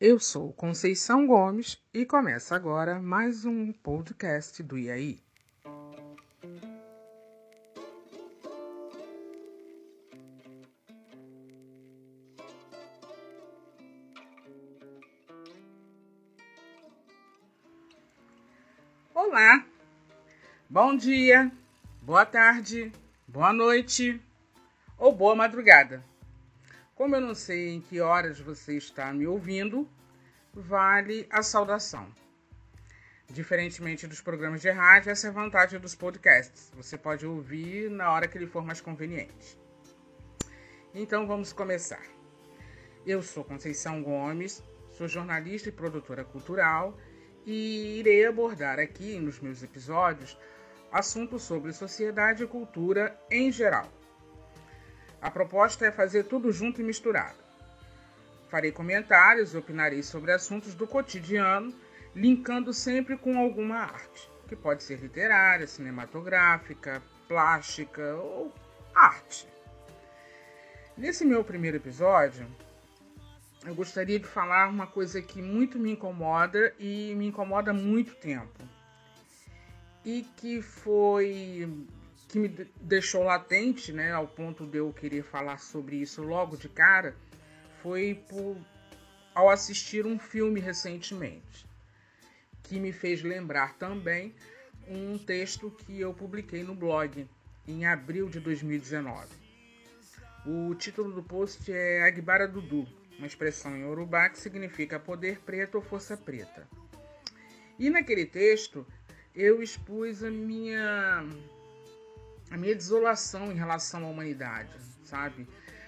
Eu sou Conceição Gomes e começa agora mais um podcast do IAI. Olá, bom dia, boa tarde, boa noite ou boa madrugada. Como eu não sei em que horas você está me ouvindo, vale a saudação. Diferentemente dos programas de rádio, essa é a vantagem dos podcasts. Você pode ouvir na hora que lhe for mais conveniente. Então vamos começar. Eu sou Conceição Gomes, sou jornalista e produtora cultural e irei abordar aqui nos meus episódios assuntos sobre sociedade e cultura em geral. A proposta é fazer tudo junto e misturado. Farei comentários e opinarei sobre assuntos do cotidiano, linkando sempre com alguma arte, que pode ser literária, cinematográfica, plástica ou arte. Nesse meu primeiro episódio, eu gostaria de falar uma coisa que muito me incomoda e me incomoda há muito tempo. E que me deixou latente, né, ao ponto de eu querer falar sobre isso logo de cara, foi ao assistir um filme recentemente, que me fez lembrar também um texto que eu publiquei no blog em abril de 2019. O título do post é Agbára Dudu, uma expressão em Yorubá que significa poder preto ou força preta. E naquele texto eu expus a minha desolação em relação à humanidade, sabe?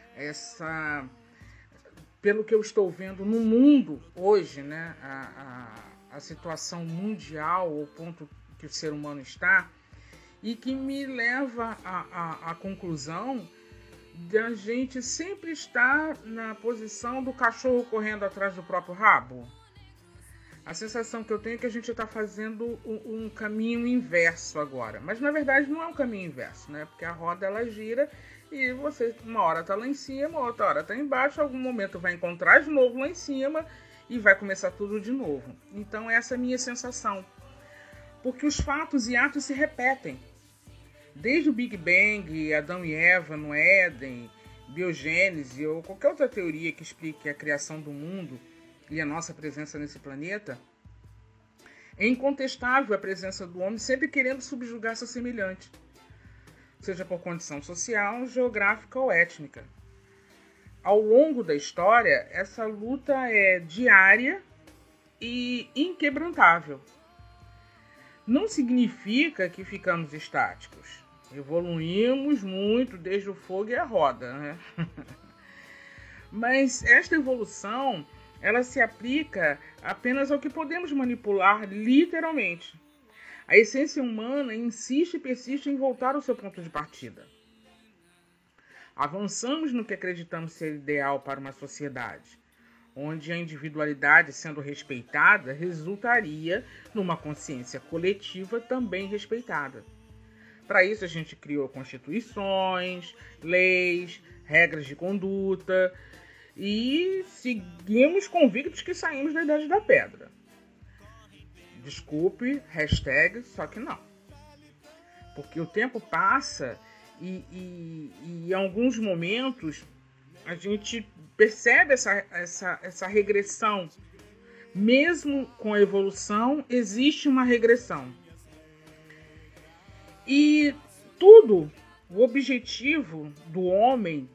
Pelo que eu estou vendo no mundo hoje, né? A situação mundial, o ponto que o ser humano está, e que me leva à conclusão de a gente sempre estar na posição do cachorro correndo atrás do próprio rabo. A sensação que eu tenho é que a gente está fazendo um caminho inverso agora. Mas, na verdade, não é um caminho inverso, né? Porque a roda, ela gira e você, uma hora está lá em cima, outra hora está embaixo. Algum momento vai encontrar de novo lá em cima e vai começar tudo de novo. Então, essa é a minha sensação. Porque os fatos e atos se repetem. Desde o Big Bang, Adão e Eva no Éden, biogênese ou qualquer outra teoria que explique a criação do mundo e a nossa presença nesse planeta, é incontestável a presença do homem sempre querendo subjugar seu semelhante, seja por condição social, geográfica ou étnica. Ao longo da história, essa luta é diária e inquebrantável. Não significa que ficamos estáticos. Evoluímos muito desde o fogo e a roda, né? Mas esta evolução, ela se aplica apenas ao que podemos manipular literalmente. A essência humana insiste e persiste em voltar ao seu ponto de partida. Avançamos no que acreditamos ser ideal para uma sociedade, onde a individualidade sendo respeitada resultaria numa consciência coletiva também respeitada. Para isso a gente criou constituições, leis, regras de conduta e seguimos convictos que saímos da Idade da Pedra. Desculpe, hashtag, só que não. Porque o tempo passa e em alguns momentos a gente percebe essa regressão. Mesmo com a evolução, existe uma regressão. E tudo, o objetivo do homem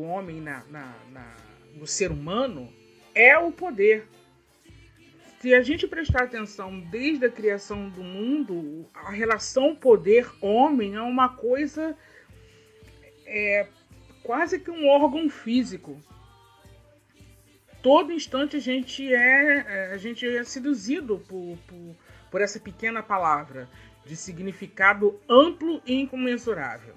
no ser humano, é o poder. Se a gente prestar atenção desde a criação do mundo, a relação poder-homem é uma coisa, quase que um órgão físico. Todo instante a gente é seduzido por essa pequena palavra, de significado amplo e incomensurável.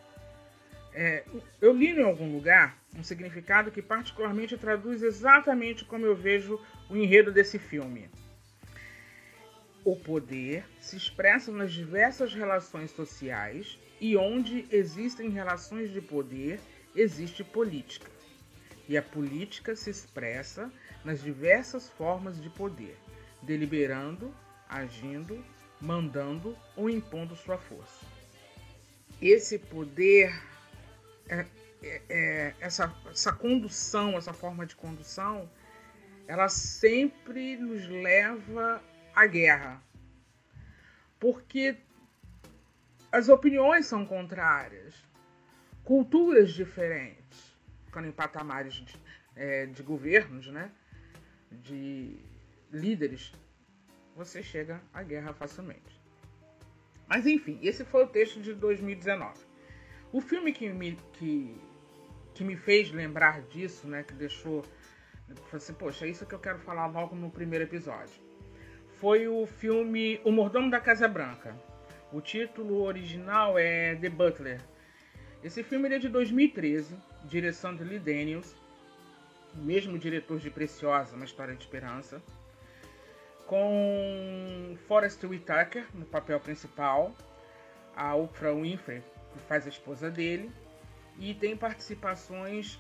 Eu li em algum lugar um significado que particularmente traduz exatamente como eu vejo o enredo desse filme. O poder se expressa nas diversas relações sociais e onde existem relações de poder, existe política. e a política se expressa nas diversas formas de poder, deliberando, agindo, mandando ou impondo sua força. Esse poder, essa condução, essa forma de condução, ela sempre nos leva à guerra. Porque as opiniões são contrárias, culturas diferentes, ficando em patamares de governos, né? De líderes, você chega à guerra facilmente. Mas enfim, esse foi o texto de 2019. O filme que me fez lembrar disso, né, que deixou... Assim, poxa, é isso que eu quero falar logo no primeiro episódio. Foi o filme O Mordomo da Casa Branca. O título original é The Butler. Esse filme é de 2013, direção de Lee Daniels, mesmo diretor de Preciosa, Uma História de Esperança, com Forest Whitaker no papel principal, a Oprah Winfrey, que faz a esposa dele, e tem participações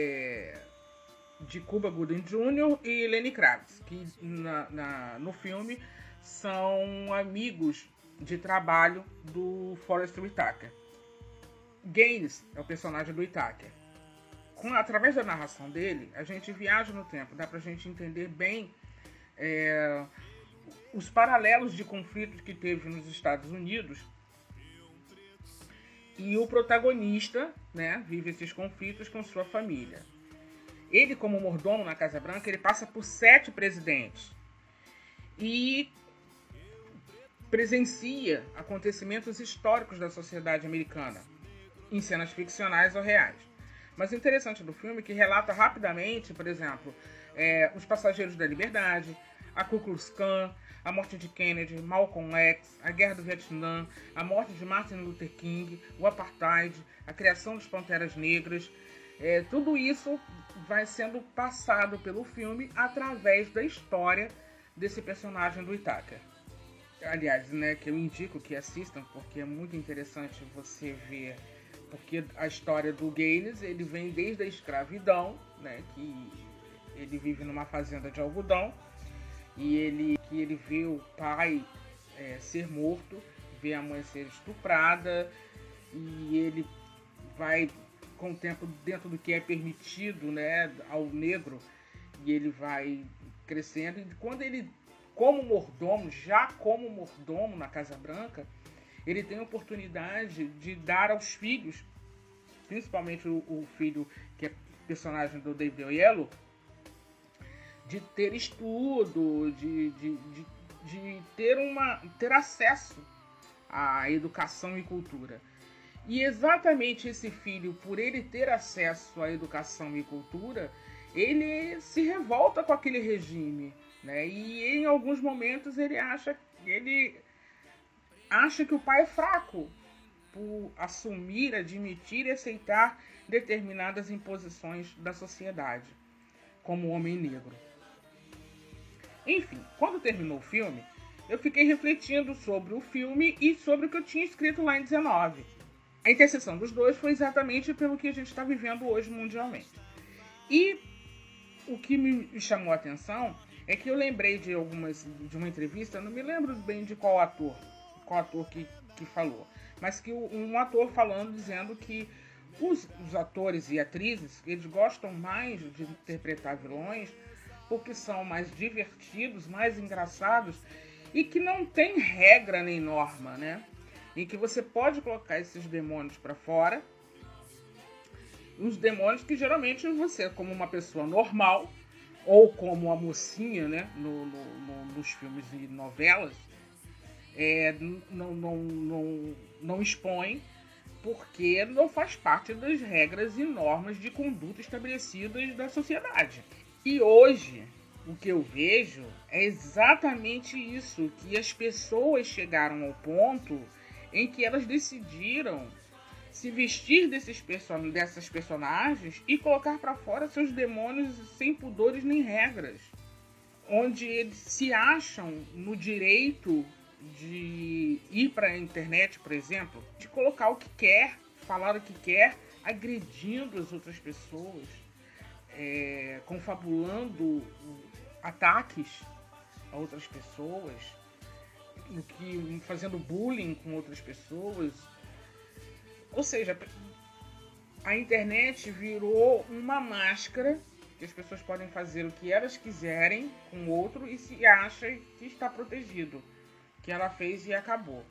de Cuba Gooding Jr. e Lenny Kravitz, que no filme são amigos de trabalho do Forest Whitaker. Gaines é o personagem do Whitaker. Através da narração dele, a gente viaja no tempo, dá pra gente entender bem os paralelos de conflitos que teve nos Estados Unidos, e o protagonista, né, vive esses conflitos com sua família. Ele, como mordomo na Casa Branca, ele passa por 7 presidentes e presencia acontecimentos históricos da sociedade americana, em cenas ficcionais ou reais. Mas o interessante do filme é que relata rapidamente, por exemplo, os Passageiros da Liberdade, a Ku Klux Klan, a morte de Kennedy, Malcolm X, a Guerra do Vietnã, a morte de Martin Luther King, o Apartheid, a criação dos Panteras Negras. Tudo isso vai sendo passado pelo filme através da história desse personagem do Whitaker. Aliás, né, que eu indico que assistam, porque é muito interessante você ver, porque a história do Gaines, ele vem desde a escravidão, né, que ele vive numa fazenda de algodão, e ele vê o pai ser morto, vê a mãe ser estuprada, e ele vai, com o tempo, dentro do que é permitido, né, ao negro, e ele vai crescendo, e quando ele, como mordomo na Casa Branca, ele tem a oportunidade de dar aos filhos, principalmente o filho que é personagem do David Oyelowo, de ter estudo, de ter acesso à educação e cultura. E exatamente esse filho, por ele ter acesso à educação e cultura, ele se revolta com aquele regime, né? E em alguns momentos ele acha que o pai é fraco por assumir, admitir e aceitar determinadas imposições da sociedade, como o homem negro. Enfim, quando terminou o filme, eu fiquei refletindo sobre o filme e sobre o que eu tinha escrito lá em 19. A interseção dos dois foi exatamente pelo que a gente está vivendo hoje mundialmente. E o que me chamou a atenção é que eu lembrei de uma entrevista, não me lembro bem de qual ator que falou, mas que um ator falando, dizendo que os atores e atrizes, eles gostam mais de interpretar vilões porque são mais divertidos, mais engraçados, e que não tem regra nem norma, né? Em que você pode colocar esses demônios para fora, os demônios que geralmente você, como uma pessoa normal, ou como a mocinha, né, nos filmes e novelas, não expõe, porque não faz parte das regras e normas de conduta estabelecidas da sociedade. E hoje, o que eu vejo é exatamente isso, que as pessoas chegaram ao ponto em que elas decidiram se vestir dessas personagens e colocar para fora seus demônios sem pudores nem regras. Onde eles se acham no direito de ir para a internet, por exemplo, de colocar o que quer, falar o que quer, agredindo as outras pessoas, confabulando ataques a outras pessoas, fazendo bullying com outras pessoas. Ou seja, a internet virou uma máscara que as pessoas podem fazer o que elas quiserem com o outro e se acha que está protegido, que ela fez e acabou.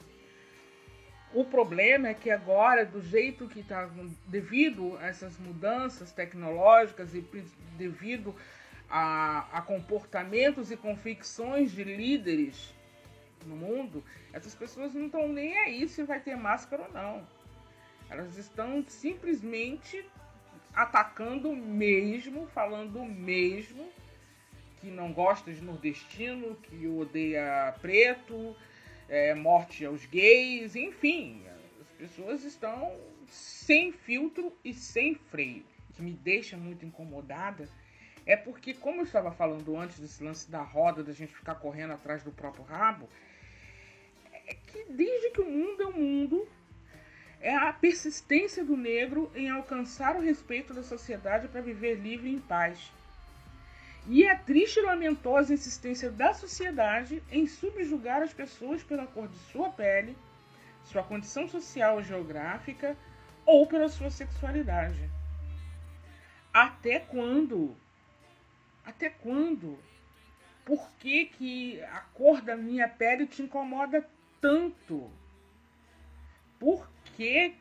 O problema é que agora, do jeito que está, devido a essas mudanças tecnológicas e devido a comportamentos e convicções de líderes no mundo, essas pessoas não estão nem aí se vai ter máscara ou não. Elas estão simplesmente atacando mesmo, falando mesmo, que não gosta de nordestino, que odeia preto, morte aos gays, enfim. As pessoas estão sem filtro e sem freio. O que me deixa muito incomodada é porque, como eu estava falando antes desse lance da roda, da gente ficar correndo atrás do próprio rabo, é que desde que o mundo é o mundo, é a persistência do negro em alcançar o respeito da sociedade para viver livre e em paz. E a triste e lamentosa insistência da sociedade em subjugar as pessoas pela cor de sua pele, sua condição social ou geográfica ou pela sua sexualidade. Até quando? Até quando? Por que a cor da minha pele te incomoda tanto? Por que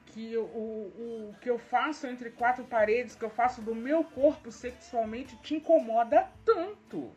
o que eu faço entre quatro paredes, que eu faço do meu corpo sexualmente, te incomoda tanto?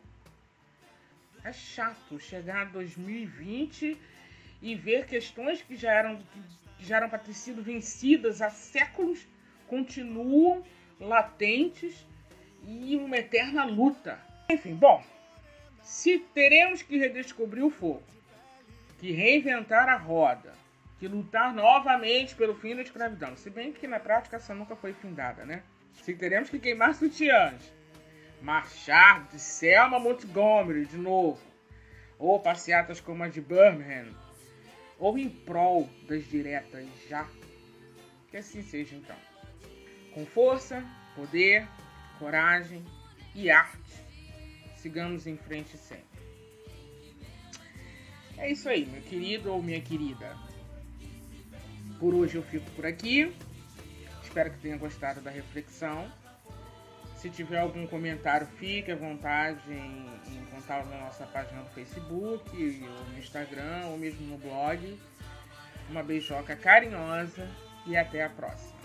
É chato chegar a 2020 e ver questões que já eram para ter sido vencidas há séculos, continuam latentes e uma eterna luta. Enfim, bom, se teremos que redescobrir o fogo, que reinventar a roda, que lutar novamente pelo fim da escravidão, se bem que na prática essa nunca foi findada, né? Se teremos que queimar sutiãs, marchar de Selma a Montgomery de novo, ou passeatas como a de Birmingham, ou em prol das diretas já, que assim seja então. Com força, poder, coragem e arte, sigamos em frente sempre. É isso aí, meu querido ou minha querida. Por hoje eu fico por aqui. Espero que tenha gostado da reflexão. Se tiver algum comentário, fique à vontade em contar na nossa página do Facebook, ou no Instagram, ou mesmo no blog. Uma beijoca carinhosa e até a próxima.